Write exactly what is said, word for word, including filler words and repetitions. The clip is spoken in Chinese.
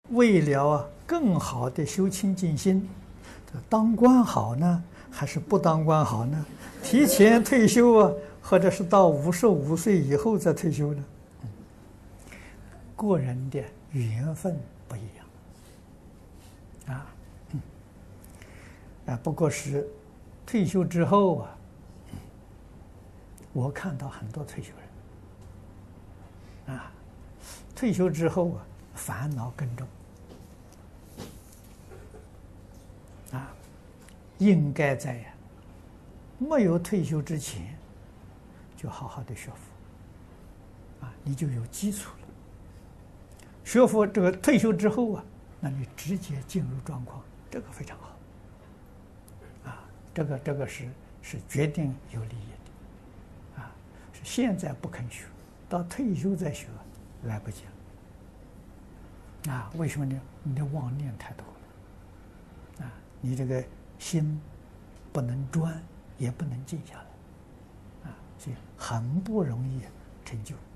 为了啊更好的修清净心，当官好呢，还是不当官好呢？提前退休啊，或者是到五十五岁以后再退休呢？个人的缘分不一样啊，嗯，啊，不过是退休之后啊，我看到很多退休人啊，退休之后啊，烦恼更重啊，应该在呀没有退休之前就好好的学佛啊，你就有基础了。学佛这个退休之后啊，那你直接进入状况，这个非常好啊，这个这个是是决定有利益的啊，是现在不肯学，到退休再学来不及了啊？为什么呢？你的妄念太多了啊，你这个心不能专，也不能静下来啊，所以很不容易成就。